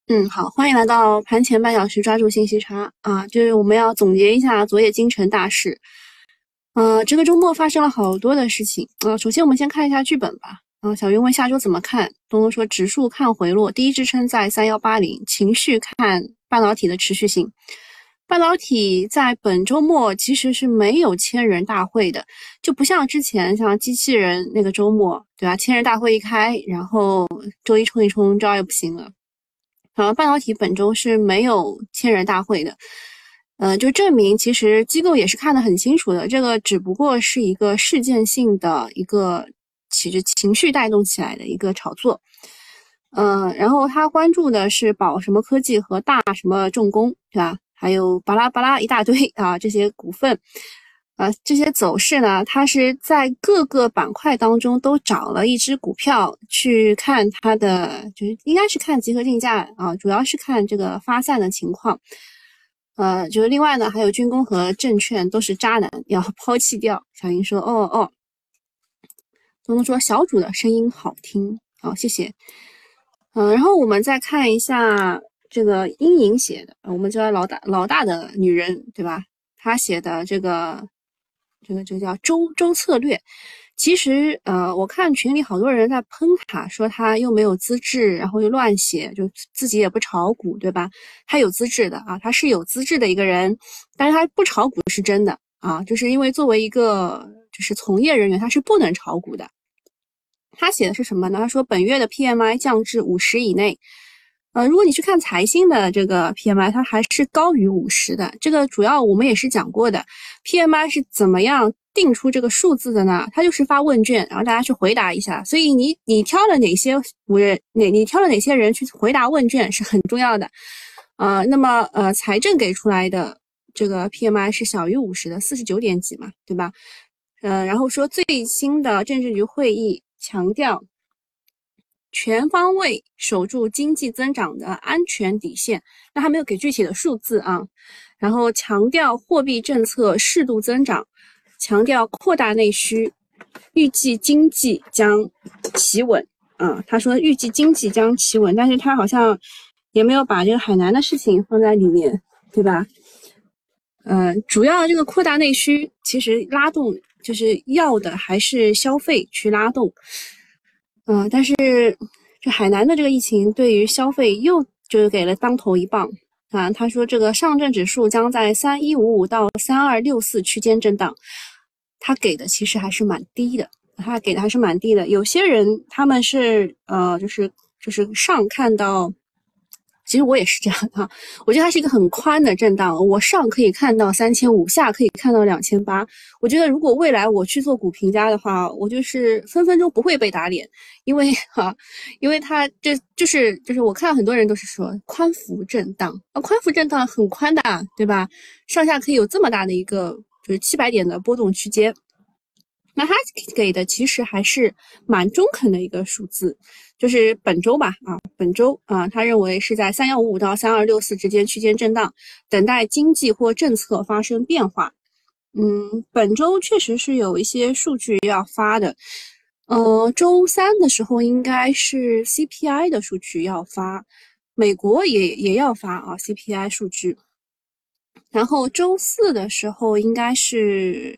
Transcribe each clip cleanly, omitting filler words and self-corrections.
好，欢迎来到盘前半小时抓住信息差啊！就是我们要总结一下昨夜京城大事。这个周末发生了好多的事情。首先我们先看一下剧本吧。小云问下周怎么看，东东说指数看回落，第一支撑在3180，情绪看半导体的持续性。半导体在本周末其实是没有千人大会的，就不像之前像机器人那个周末，对吧？千人大会一开，然后周一冲一冲，周二又不行了。半导体本周是没有千人大会的，就证明其实机构也是看得很清楚的，这个只不过是一个事件性的一个其实情绪带动起来的一个炒作。然后他关注的是宝什么科技和大什么重工，对吧？还有巴拉巴拉一大堆啊，这些股份。这些走势呢，它是在各个板块当中都找了一只股票去看它的，就是应该是看集合竞价啊，主要是看这个发散的情况。就是另外呢，还有军工和证券都是渣男，要抛弃掉。小云说，哦，东东说小主的声音好听，好，谢谢。然后我们再看一下这个阴影写的，我们叫老大的女人，对吧？她写的这个叫周策略。其实我看群里好多人在喷他，说他又没有资质，然后又乱写，就自己也不炒股，对吧？他有资质的啊，他是有资质的一个人，但是他不炒股是真的啊，就是因为作为一个就是从业人员，他是不能炒股的。他写的是什么呢？他说本月的 PMI 降至50以内。如果你去看财新的这个 PMI， 它还是高于50的。这个主要我们也是讲过的 ，PMI 是怎么样定出这个数字的呢？它就是发问卷，然后大家去回答一下。所以你挑了哪些人，你挑了哪些人去回答问卷是很重要的。那么财政给出来的这个 PMI 是小于50的，49点几嘛，对吧？然后说最新的政治局会议强调全方位守住经济增长的安全底线，那还没有给具体的数字啊。然后强调货币政策适度增长，强调扩大内需，预计经济将企稳啊。他说预计经济将企稳，但是他好像也没有把这个海南的事情放在里面，对吧？主要这个扩大内需，其实拉动就是要的还是消费去拉动。但是这海南的这个疫情对于消费又就是给了当头一棒啊！他说这个上证指数将在3155到3264区间震荡，他给的其实还是蛮低的，有些人他们是就是上看到。其实我也是这样的，我觉得它是一个很宽的震荡，我上可以看到3500，下可以看到2800。我觉得如果未来我去做股评家的话，我就是分分钟不会被打脸，因为它就是我看到很多人都是说宽幅震荡，宽幅震荡很宽的，对吧？上下可以有这么大的一个就是700点的波动区间。那他给的其实还是蛮中肯的一个数字，就是本周吧，他认为是在3155到3264之间区间震荡，等待经济或政策发生变化。本周确实是有一些数据要发的，周三的时候应该是 CPI 的数据要发，美国也要发啊 CPI 数据，然后周四的时候应该是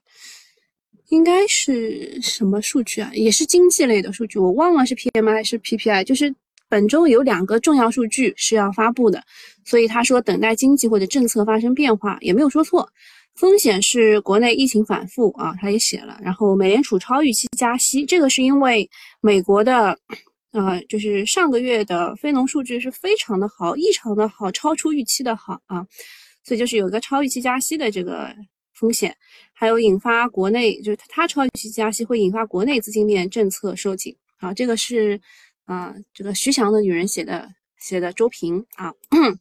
什么数据啊？也是经济类的数据，我忘了是 PMI 还是 PPI。就是本周有2个重要数据是要发布的，所以他说等待经济或者政策发生变化，也没有说错。风险是国内疫情反复啊，他也写了。然后美联储超预期加息，这个是因为美国的就是上个月的非农数据是非常的好，异常的好，超出预期的好啊，所以就是有一个超预期加息的这个风险，还有引发国内就是它超预期加息会引发国内资金面政策收紧啊，这个是这个徐翔的女人写的周评啊。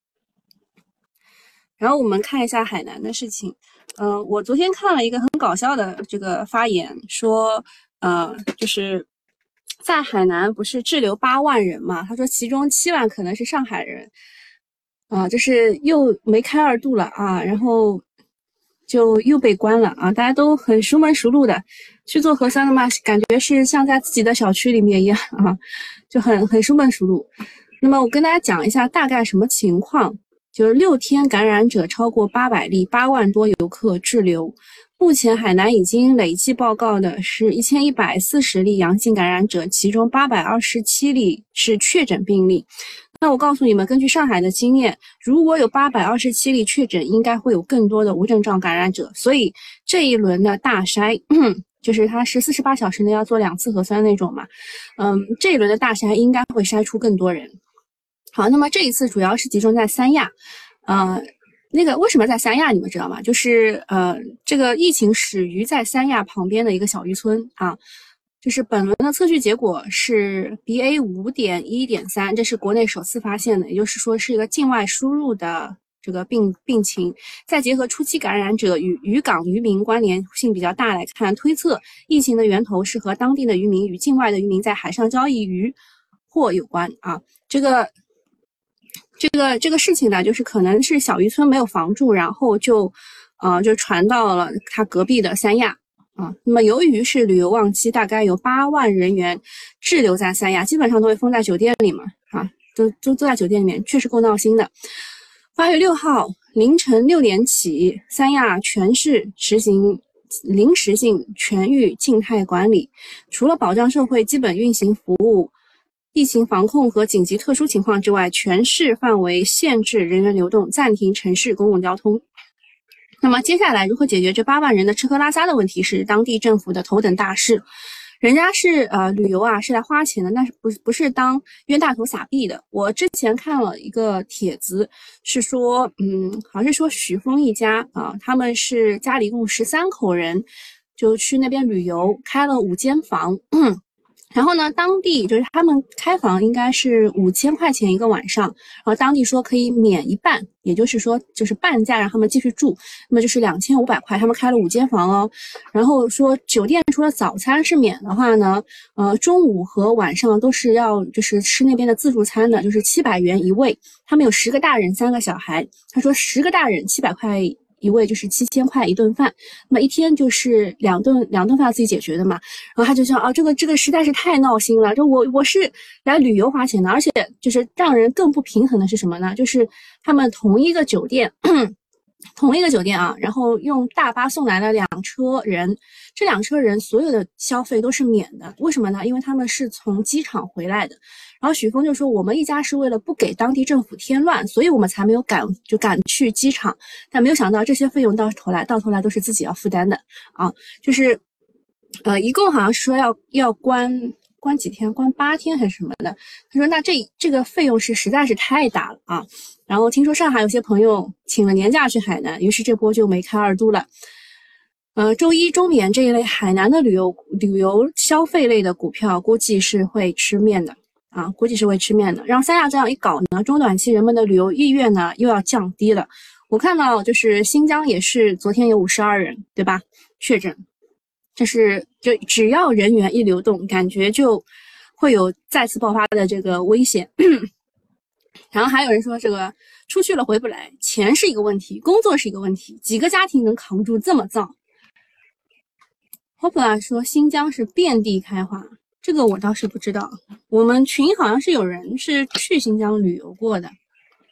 然后我们看一下海南的事情，我昨天看了一个很搞笑的这个发言，说就是在海南不是滞留8万人嘛，他说其中7万可能是上海人就是又没开2度了啊，然后就又被关了啊！大家都很熟门熟路的去做核酸的嘛，感觉是像在自己的小区里面一样啊，就很熟门熟路。 那么我跟大家讲一下大概什么情况，就是6天感染者超过800例，8万多游客滞留。目前海南已经累计报告的是1140例阳性感染者，其中827例是确诊病例。那我告诉你们，根据上海的经验，如果有827例确诊，应该会有更多的无症状感染者。所以这一轮的大筛，就是它是48小时内要做2次核酸那种嘛，这一轮的大筛应该会筛出更多人。好，那么这一次主要是集中在三亚，那个为什么在三亚你们知道吗？就是这个疫情始于在三亚旁边的一个小渔村啊，就是本轮的测序结果是 BA5.1.3，这是国内首次发现的，也就是说是一个境外输入的这个病情，再结合初期感染者与渔港渔民关联性比较大来看，推测疫情的源头是和当地的渔民与境外的渔民在海上交易渔获有关啊。这个事情呢，就是可能是小渔村没有防住，然后就传到了他隔壁的三亚啊。那么由于是旅游旺季，大概有8万人员滞留在三亚，基本上都会封在酒店里嘛啊，都在酒店里面，确实够闹心的。8月6号凌晨6点起，三亚全市实行临时性全域静态管理，除了保障社会基本运行服务、疫情防控和紧急特殊情况之外，全市范围限制人员流动，暂停城市公共交通。那么接下来如何解决这8万人的吃喝拉撒的问题，是当地政府的头等大事。人家是旅游啊，是来花钱的，但是不是当冤大头撒币的。我之前看了一个帖子，是说好像是说许峰一家啊，他们是家里一共13口人，就去那边旅游，开了5间房。然后呢，当地就是他们开房应该是5000块钱一个晚上，然后当地说可以免一半，也就是说就是半价让他们继续住，那么就是2500块，他们开了5间房哦。然后说酒店除了早餐是免的话呢，中午和晚上都是要就是吃那边的自助餐的，就是700元一位，他们有10个大人3个小孩，他说10个大人700块一位就是7000块一顿饭，那么一天就是两顿饭要自己解决的嘛。然后他就说这个实在是太闹心了，我是来旅游花钱的，而且就是让人更不平衡的是什么呢？就是他们同一个酒店啊，然后用大巴送来了2车人，这2车人所有的消费都是免的，为什么呢？因为他们是从机场回来的。然后许峰就说，我们一家是为了不给当地政府添乱，所以我们才没有赶去机场，但没有想到这些费用到头来都是自己要负担的啊，就是一共好像是说要关几天，关8天还是什么的。他说那这个费用是实在是太大了啊。然后听说上海有些朋友请了年假去海南，于是这波就梅开二度了。周一中免这一类海南的旅游消费类的股票估计是会吃面的啊，估计是会吃面的。让三亚这样一搞呢，中短期人们的旅游意愿呢又要降低了。我看到就是新疆也是昨天有52人，对吧？确诊，就只要人员一流动，感觉就会有再次爆发的这个危险。然后还有人说这个出去了回不来，钱是一个问题，工作是一个问题，几个家庭能扛住这么造？Hopla 说新疆是遍地开花，这个我倒是不知道。我们群好像是有人是去新疆旅游过的，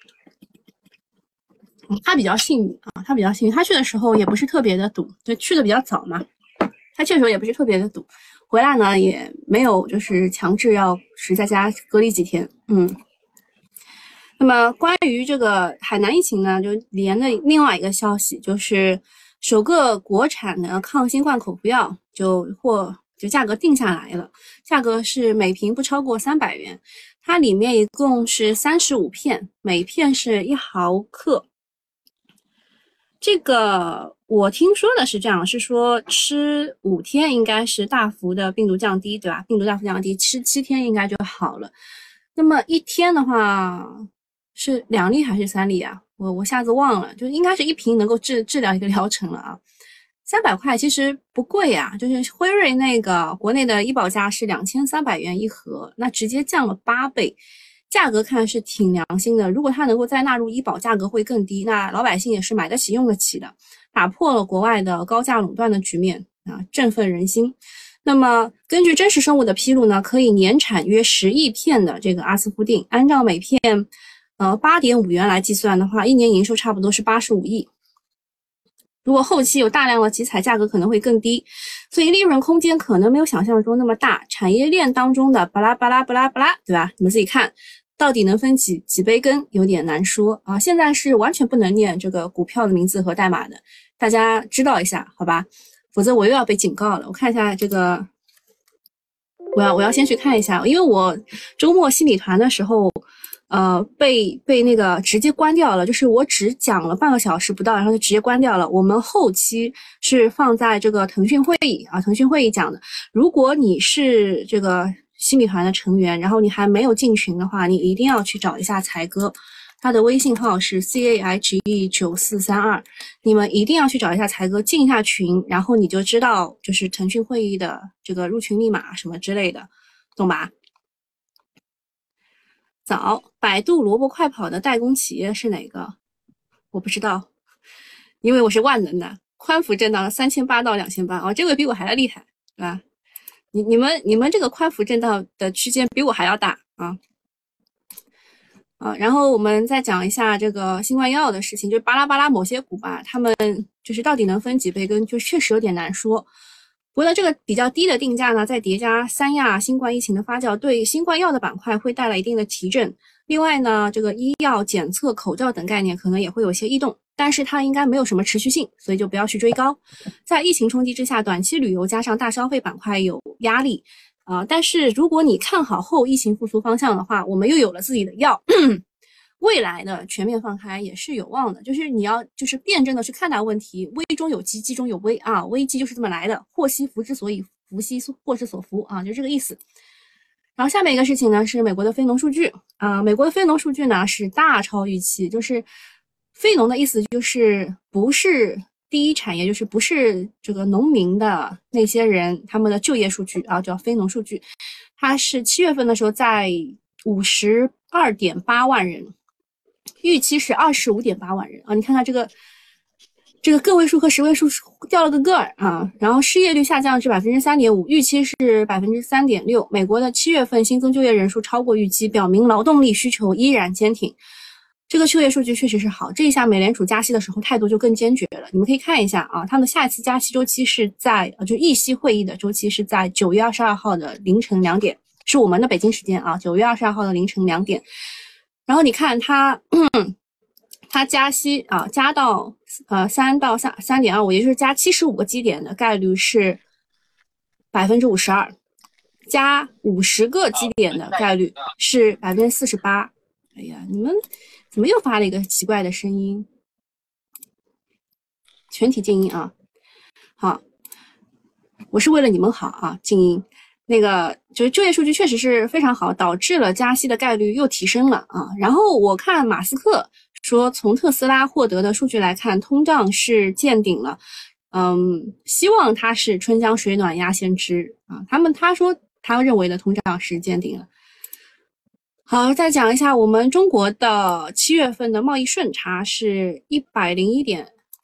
他比较幸运啊，他去的时候也不是特别的堵，对，去的比较早嘛，他去的时候也不是特别的堵，回来呢也没有就是强制要是在家隔离几天，那么关于这个海南疫情呢，就连的另外一个消息就是首个国产的抗新冠口服药就价格定下来了，价格是每瓶不超过300元，它里面一共是35片，每片是1毫克。这个我听说的是这样，是说吃5天应该是大幅的病毒降低，对吧？病毒大幅降低，吃7天应该就好了。那么1天的话是2粒还是3粒啊？我下次忘了，就应该是1瓶能够治疗一个疗程了啊。300块其实不贵啊，就是辉瑞那个国内的医保价是2300元一盒，那直接降了8倍，价格看是挺良心的。如果它能够再纳入医保，价格会更低，那老百姓也是买得起用得起的，打破了国外的高价垄断的局面啊，振奋人心。 那么根据真实生物的披露呢，可以年产约10亿片的这个阿斯夫定，按照每片8.5元来计算的话，一年营收差不多是85亿。如果后期有大量的集采，价格可能会更低，所以利润空间可能没有想象中那么大。产业链当中的巴拉巴拉巴拉巴拉，对吧？你们自己看，到底能分几杯羹，有点难说啊。现在是完全不能念这个股票的名字和代码的，大家知道一下，好吧？否则我又要被警告了。我看一下这个，我要先去看一下，因为我周末心理团的时候。被那个直接关掉了，就是我只讲了半个小时不到，然后就直接关掉了。我们后期是放在这个腾讯会议啊，腾讯会议讲的。如果你是这个心理团的成员，然后你还没有进群的话，你一定要去找一下才哥，他的微信号是 CAHE9432，你们一定要去找一下才哥，进一下群，然后你就知道就是腾讯会议的这个入群密码什么之类的，懂吧？早，百度萝卜快跑的代工企业是哪个？我不知道，因为我是万能的，宽幅震荡3800到2800哦，这位比我还要厉害，对吧？你们这个宽幅震荡的区间比我还要大啊！然后我们再讲一下这个新冠药的事情，就巴拉巴拉某些股吧，他们就是到底能分几杯羹，就确实有点难说。不过呢，这个比较低的定价呢，再叠加三亚新冠疫情的发酵，对新冠药的板块会带来一定的提振。另外呢，这个医药、检测、口罩等概念可能也会有些异动，但是它应该没有什么持续性，所以就不要去追高。在疫情冲击之下，短期旅游加上大消费板块有压力但是如果你看好后疫情复苏方向的话，我们又有了自己的药。未来的全面放开也是有望的，就是你要就是辩证的去看待问题，危中有机，机中有危啊，危机就是这么来的，祸兮福之所以，福兮祸之所伏啊，就这个意思。然后下面一个事情呢是美国的非农数据美国的非农数据呢是大超预期，就是非农的意思就是不是第一产业，就是不是这个农民的那些人他们的就业数据叫非农数据，它是7月份的时候在52.8万人。预期是25.8万人你看看这个个位数和10位数掉了个个儿然后失业率下降至 3.5%， 预期是 3.6%。 美国的7月份新增就业人数超过预期，表明劳动力需求依然坚挺。这个就业数据确实是好，这一下美联储加息的时候态度就更坚决了。你们可以看一下他们下一次加息周期是在就议息会议的周期是在9月22号的凌晨2点，是我们的北京时间9月22号的凌晨2点。然后你看它加息加到3到3.25，也就是加75个基点的概率是 52%， 加50个基点的概率是 48%。 哎呀，你们怎么又发了一个奇怪的声音？全体静音好，我是为了你们好静音。那个就是就业数据确实是非常好，导致了加息的概率又提升了然后我看马斯克说，从特斯拉获得的数据来看，通胀是见顶了。希望它是春江水暖鸭先知他说他认为的通胀是见顶了。好，再讲一下我们中国的7月份的贸易顺差是101点，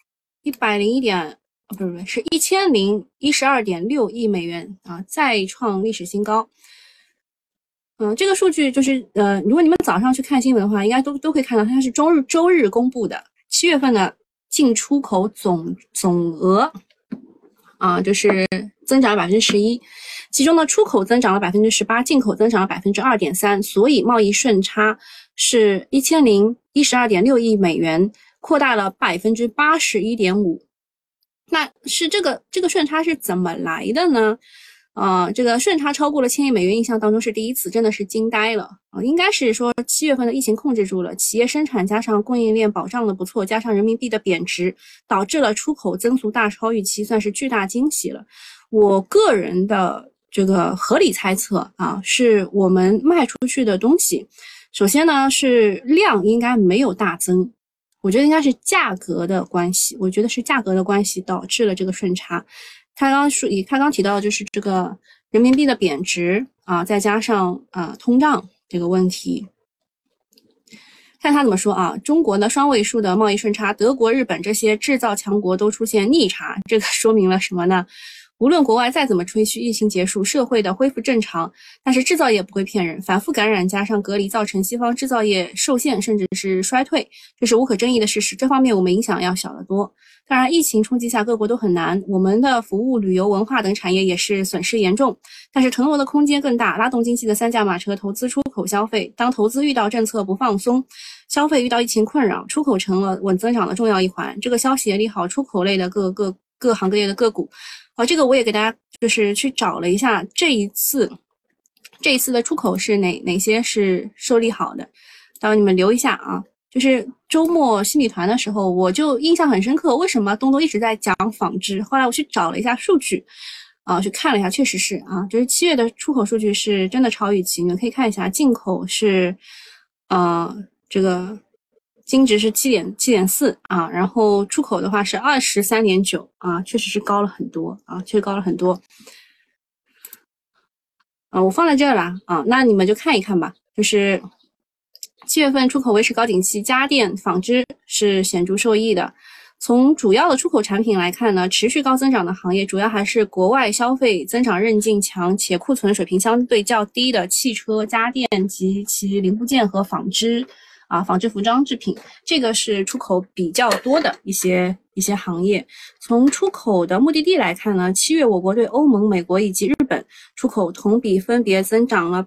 是1012.6亿美元再创历史新高。这个数据就是如果你们早上去看新闻的话，应该都会看到，它是周日公布的7月份的进出口总额就是增长了 11%， 其中的出口增长了 18%， 进口增长了 2.3%， 所以贸易顺差是1012.6亿美元，扩大了 81.5%。那是这个顺差是怎么来的呢？这个顺差超过了1000亿美元，印象当中是第一次，真的是惊呆了应该是说7月份的疫情控制住了，企业生产加上供应链保障的不错，加上人民币的贬值，导致了出口增速大超预期，算是巨大惊喜了。我个人的这个合理猜测是我们卖出去的东西，首先呢是量应该没有大增，我觉得应该是价格的关系，导致了这个顺差。他刚提到的就是这个人民币的贬值再加上通胀这个问题。看他怎么说中国的双位数的贸易顺差，德国、日本这些制造强国都出现逆差，这个说明了什么呢？ 无论国外再怎么吹嘘疫情结束，社会的恢复正常，但是制造业不会骗人，反复感染加上隔离造成西方制造业受限甚至是衰退，这是无可争议的事实。这方面我们影响要小得多。当然，疫情冲击下各国都很难，我们的服务、旅游、文化等产业也是损失严重。但是腾挪的空间更大，拉动经济的三驾马车，投资、出口、消费。当投资遇到政策不放松，消费遇到疫情困扰，出口成了稳增长的重要一环。这个消息也利好出口类的各行各业的个股。这个我也给大家就是去找了一下，这一次的出口是哪些是受利好的，到时候你们留一下啊。就是周末新米团的时候，我就印象很深刻，为什么东东一直在讲纺织？后来我去找了一下数据，去看了一下，确实是啊，就是7月的出口数据是真的超预期。你们可以看一下，进口是这个均值是7.4啊，然后出口的话是23.9啊，确实是高了很多啊，确实高了很多。我放在这儿了啊，那你们就看一看吧。就是7月份出口维持高景气，家电、纺织是显著受益的。从主要的出口产品来看呢，持续高增长的行业主要还是国外消费增长韧劲强且库存水平相对较低的汽车、家电及其零部件和纺织纺织服装制品，这个是出口比较多的一些行业。从出口的目的地来看呢，7月我国对欧盟、美国以及日本出口同比分别增长了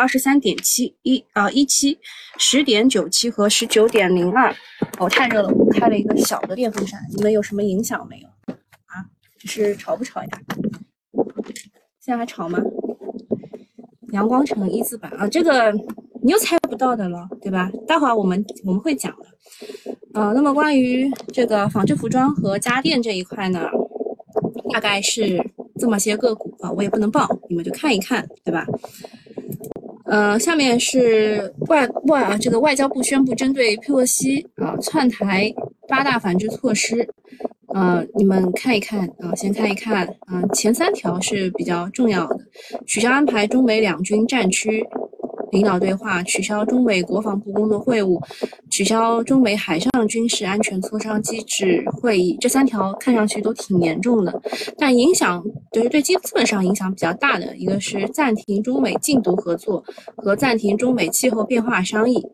23.17%、10.97%和19.02%。太热了，我开了一个小的电风扇，你们有什么影响没有啊？就是吵不吵呀？现在还吵吗？阳光城一字板啊，这个你又猜不到的了，对吧？待会儿我们会讲的。那么关于这个纺织服装和家电这一块呢，大概是这么些个股啊，我也不能报，你们就看一看，对吧？下面是这个外交部宣布针对佩洛西窜台8大反制措施。你们看一看先看一看前3条是比较重要的：取消安排中美两军战区领导对话，取消中美国防部工作会晤，取消中美海上军事安全磋商机制会议。这3条看上去都挺严重的，但影响就是对基本上影响比较大的一个是暂停中美禁毒合作和暂停中美气候变化商议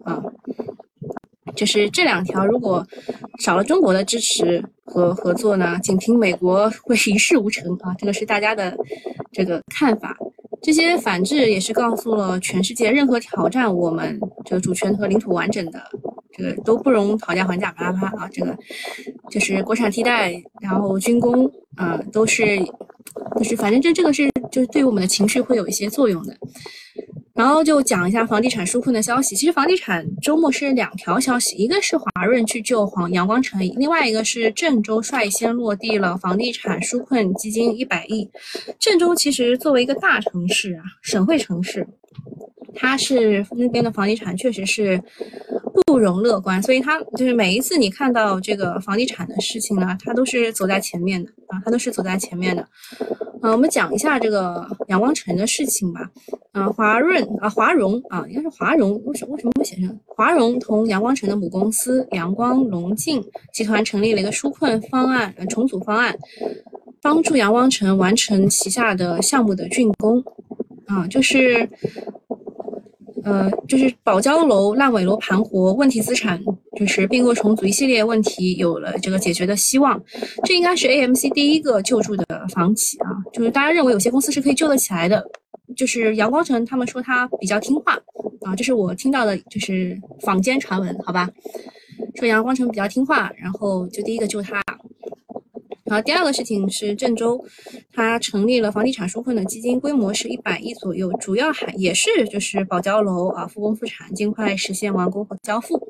就是这2条，如果少了中国的支持和合作呢，仅凭美国会一事无成这个是大家的这个看法。这些反制也是告诉了全世界，任何挑战我们这个主权和领土完整的，这个都不容讨价还价，啪啪啪这个就是国产替代，然后军工都是，就是反正这个是就是对于我们的情绪会有一些作用的。然后就讲一下房地产纾困的消息。其实房地产周末是2条消息，一个是华润去救阳光城，另外一个是郑州率先落地了房地产纾困基金100亿。郑州其实作为一个大城市省会城市，它是那边的房地产确实是不容乐观，所以它就是每一次你看到这个房地产的事情呢，它都是走在前面的它都是走在前面的。我们讲一下这个阳光城的事情吧。华润华融应该是华融，为什么会写成华融同阳光城的母公司阳光龙镜集团成立了一个纾困方案重组方案，帮助阳光城完成旗下的项目的竣工就是保交楼、烂尾楼盘活、问题资产就是并购重组一系列问题有了这个解决的希望。这应该是 AMC 第一个救助的房企就是大家认为有些公司是可以救得起来的，就是阳光城他们说他比较听话这是我听到的就是坊间传闻，好吧，说阳光城比较听话，然后就第一个救他。第二个事情是郑州，它成立了房地产纾困的基金，规模是100亿左右，主要也是就是保交楼复工复产，尽快实现完工和交付。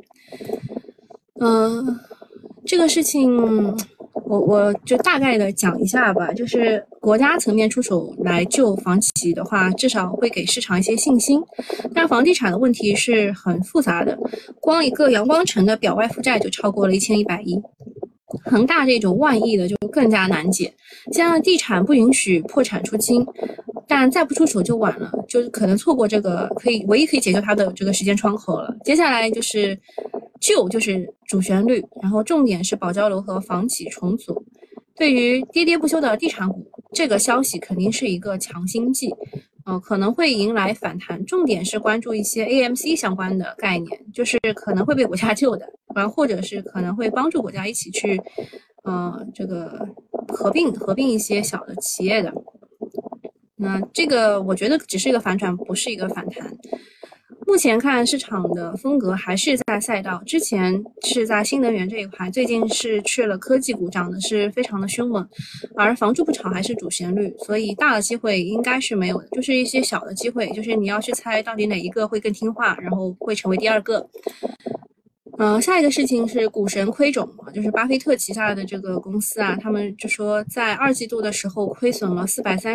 这个事情我就大概的讲一下吧，就是国家层面出手来救房企的话，至少会给市场一些信心。但房地产的问题是很复杂的，光一个阳光城的表外负债就超过了1100亿。恒大这种万亿的就更加难解，现在地产不允许破产出清，但再不出手就晚了，就可能错过这个唯一可以解救它的这个时间窗口了。接下来就是就是主旋律，然后重点是保交楼和房企重组。对于喋喋不休的地产股这个消息肯定是一个强心剂，可能会迎来反弹。重点是关注一些 AMC 相关的概念，就是可能会被国家救的，或者是可能会帮助国家一起去，这个合并一些小的企业的。那这个我觉得只是一个反转，不是一个反弹。目前看市场的风格还是在赛道，之前是在新能源这一块，最近是去了科技股，涨的是非常的凶猛，而房住不炒还是主旋律，所以大的机会应该是没有的，就是一些小的机会，就是你要去猜到底哪一个会更听话，然后会成为第二个。下一个事情是股神亏种，就是巴菲特旗下的这个公司啊，他们就说在二季度的时候亏损了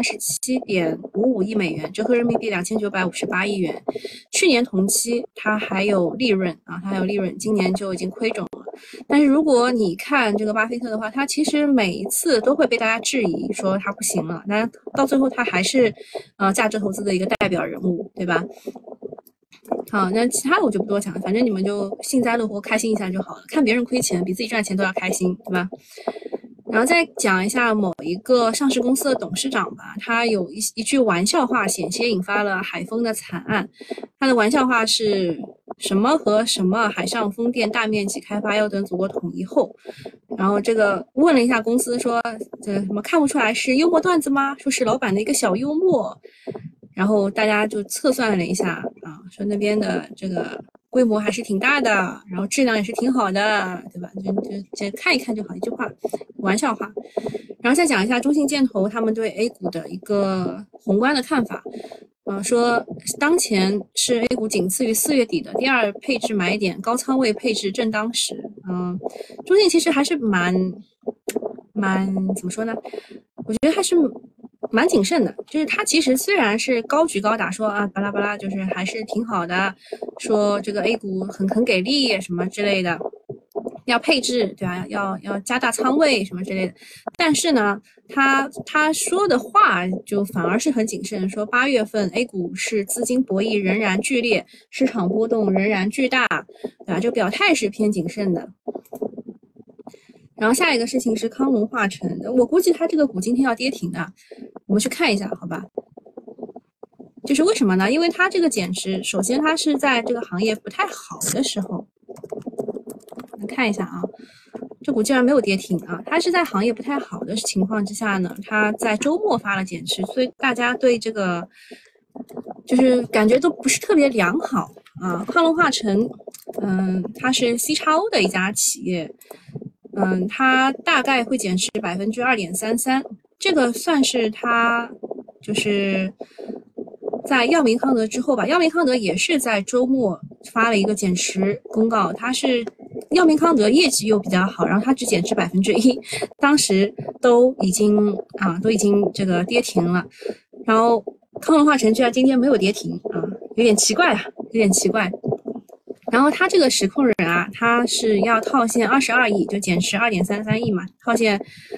437.55亿美元，折合人民币2958亿元。去年同期它还有利润啊，它还有利润，今年就已经亏种了。但是如果你看这个巴菲特的话，他其实每一次都会被大家质疑说他不行了，但到最后他还是价值投资的一个代表人物，对吧？好，那其他的我就不多讲了，反正你们就幸灾乐祸，开心一下就好了。看别人亏钱比自己赚钱都要开心，对吧？然后再讲一下某一个上市公司的董事长吧，他有一句玩笑话，险些引发了海丰的惨案。他的玩笑话是什么和什么海上风电大面积开发要等祖国统一后。然后这个问了一下公司说，这什么看不出来是幽默段子吗？说是老板的一个小幽默。然后大家就测算了一下啊，说那边的这个规模还是挺大的，然后质量也是挺好的，对吧？就看一看就好，一句话，玩笑话。然后再讲一下中信建投他们对 A 股的一个宏观的看法，说当前是 A 股仅次于4月底的第二配置买点，高仓位配置正当时。中信其实还是蛮怎么说呢？我觉得还是蛮谨慎的，就是他其实虽然是高举高打说啊巴拉巴拉，就是还是挺好的，说这个 A 股很给力什么之类的，要配置对吧？要加大仓位什么之类的，但是呢，他说的话就反而是很谨慎，说8月份 A 股是资金博弈仍然剧烈，市场波动仍然巨大，对吧？这个表态是偏谨慎的。然后下一个事情是康龙化成，我估计它这个股今天要跌停的，我们去看一下，好吧？就是为什么呢？因为它这个减持，首先它是在这个行业不太好的时候，来看一下啊，这股竟然没有跌停啊！它是在行业不太好的情况之下呢，它在周末发了减持，所以大家对这个就是感觉都不是特别良好啊。康龙化成，它是 CXO 的一家企业。它大概会减持2.33%，这个算是它就是在药明康德之后吧。药明康德也是在周末发了一个减持公告，它是药明康德业绩又比较好，然后它只减持1%，当时都已经这个跌停了，然后康龙化成居然今天没有跌停啊，有点奇怪啊，有点奇怪。然后他这个实控人啊，他是要套现22亿，就减持2.33亿嘛，套现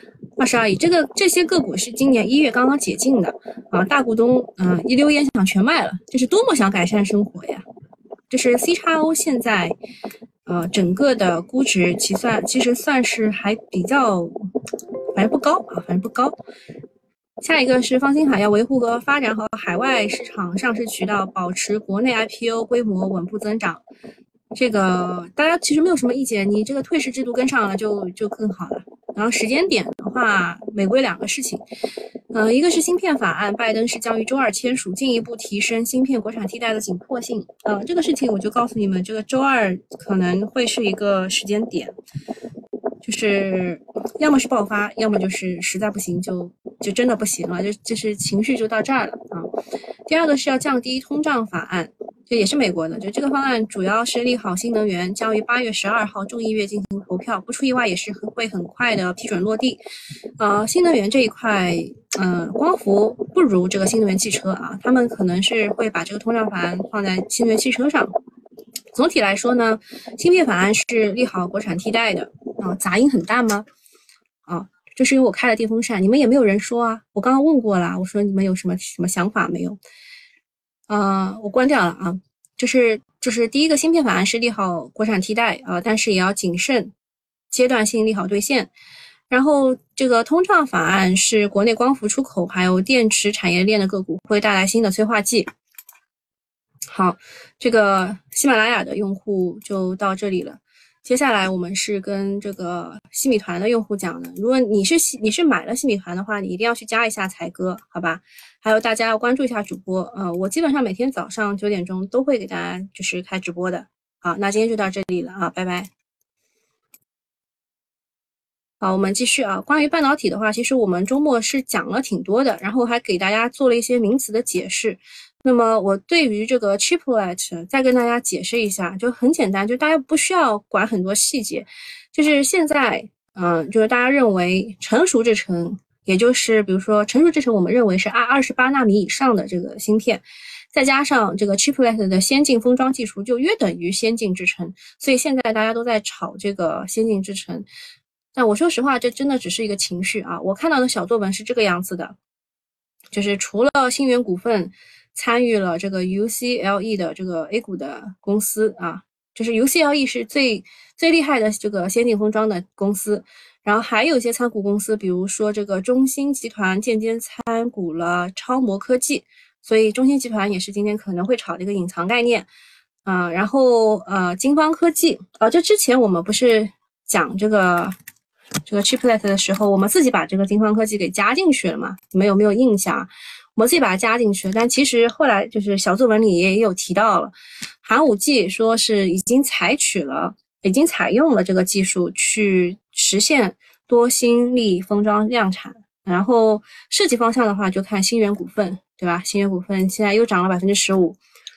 22亿。这些个股是今年1月刚刚解禁的啊，大股东一溜烟想全卖了，这是多么想改善生活呀！就是 CXO 现在整个的估值其实算是还比较，反正不高啊，反正不高。下一个是方星海要维护和发展好海外市场上市渠道，保持国内 IPO 规模稳步增长。这个大家其实没有什么意见，你这个退市制度跟上了就更好了。然后时间点的话，美国2个事情，一个是芯片法案，拜登是将于周2签署，进一步提升芯片国产替代的紧迫性。这个事情我就告诉你们，这个周2可能会是一个时间点，就是要么是爆发，要么就是实在不行就真的不行了，就是情绪就到这儿了啊。第二个是要降低通胀法案。这也是美国的，就这个方案主要是利好新能源，将于8月12号众议院进行投票，不出意外也是会很快的批准落地。新能源这一块，光伏不如这个新能源汽车啊，他们可能是会把这个通胀法案放在新能源汽车上。总体来说呢，芯片法案是利好国产替代的啊，杂音很大吗？啊，这是因为我开了电风扇，你们也没有人说啊，我刚刚问过了，我说你们有什么想法没有？我关掉了啊，就是第一个芯片法案是利好国产替代啊，但是也要谨慎，阶段性利好兑现。 然后这个通胀法案是国内光伏出口还有电池产业链的个股会带来新的催化剂。好，这个喜马拉雅的用户就到这里了。接下来我们是跟这个西米团的用户讲的，如果你是买了西米团的话，你一定要去加一下才哥，好吧？还有大家要关注一下主播，我基本上每天早上9点钟都会给大家就是开直播的。好，那今天就到这里了啊，拜拜。好，我们继续啊。关于半导体的话，其实我们周末是讲了挺多的，然后还给大家做了一些名词的解释。那么我对于这个 chiplet 再跟大家解释一下，就很简单，就大家不需要管很多细节。就是现在，就是大家认为成熟制程，也就是比如说成熟制程，我们认为是28纳米以上的这个芯片，再加上这个 chiplet 的先进封装技术，就约等于先进制程。所以现在大家都在炒这个先进制程。但我说实话，这真的只是一个情绪啊！我看到的小作文是这个样子的，就是除了新源股份参与了这个 UCLE 的这个 A 股的公司啊，就是 UCLE 是最厉害的这个先进封装的公司，然后还有一些参股公司，比如说这个中芯集团间接参股了超模科技，所以中芯集团也是今天可能会炒的一个隐藏概念然后金方科技这之前我们不是讲这个 chiplet 的时候，我们自己把这个金方科技给加进去了嘛？你们有没有印象？我们自己把它加进去，但其实后来就是小作文里也有提到了，寒武纪说是已经采用了这个技术去实现多芯粒封装量产。然后设计方向的话，就看新源股份，对吧？新源股份现在又涨了15%。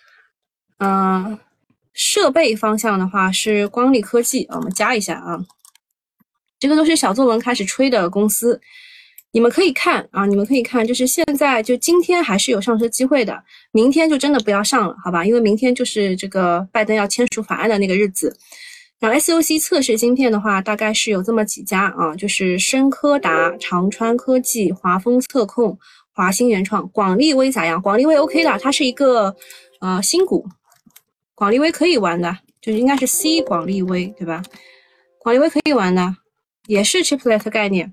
设备方向的话是光力科技，我们加一下啊。这个都是小作文开始吹的公司，你们可以看啊，就是现在就今天还是有上车机会的，明天就真的不要上了，好吧？因为明天就是这个拜登要签署法案的那个日子。然后 SOC 测试芯片的话，大概是有这么几家啊，就是深科达、长川科技、华丰测控、华星原创、广利威咋样？广利威 OK 的，它是一个新股，广利威可以玩的，就是应该是 C 广利威对吧？广利威可以玩的。也是 chiplet 概念，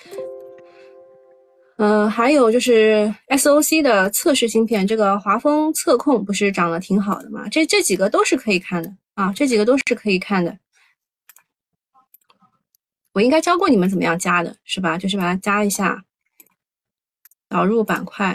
还有就是 SOC 的测试芯片，这个华丰测控不是涨得挺好的嘛？这几个都是可以看的啊，这几个都是可以看的。我应该教过你们怎么样加的，是吧？就是把它加一下，导入板块，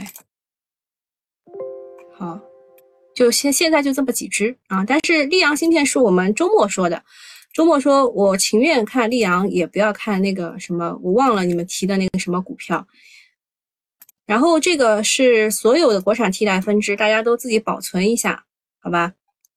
好，就现在就这么几只啊。但是溧阳芯片是我们周末说的。周末说我情愿看溧阳，也不要看那个什么，我忘了你们提的那个什么股票。然后这个是所有的国产替代分支，大家都自己保存一下，好吧？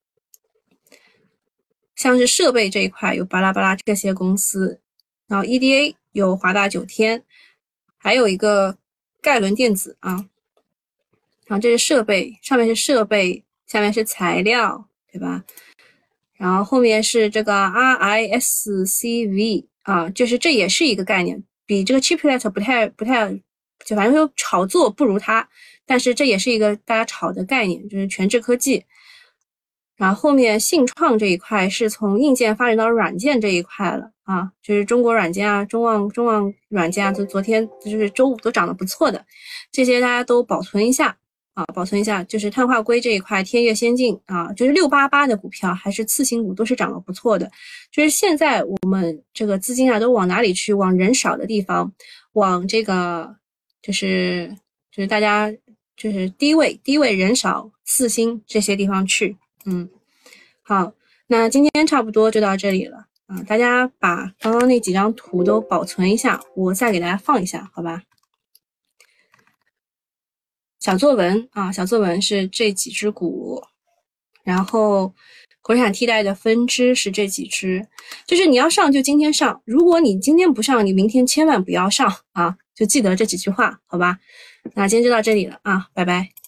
像是设备这一块有巴拉巴拉这些公司，然后 EDA 有华大9天，还有一个盖伦电子啊。然后这是设备，上面是设备，下面是材料，对吧？然后后面是这个 RISCV 啊，就是这也是一个概念，比这个 chiplet 不太，就反正说炒作不如它，但是这也是一个大家炒的概念，就是全智科技。然后后面信创这一块是从硬件发展到软件这一块了啊，就是中国软件啊、中旺软件啊，就昨天就是周五都涨得不错的，这些大家都保存一下。保存一下，就是碳化硅这一块，天越先进啊，就是688的股票还是次新股都是涨得不错的。就是现在我们这个资金都往哪里去？往人少的地方，往这个就是大家就是低位人少次新这些地方去。好，那今天差不多就到这里了啊，大家把刚刚那几张图都保存一下，我再给大家放一下，好吧？小作文啊，小作文是这几只股，然后国产替代的分支是这几只，就是你要上就今天上，如果你今天不上，你明天千万不要上啊，就记得这几句话，好吧？那今天就到这里了啊，拜拜。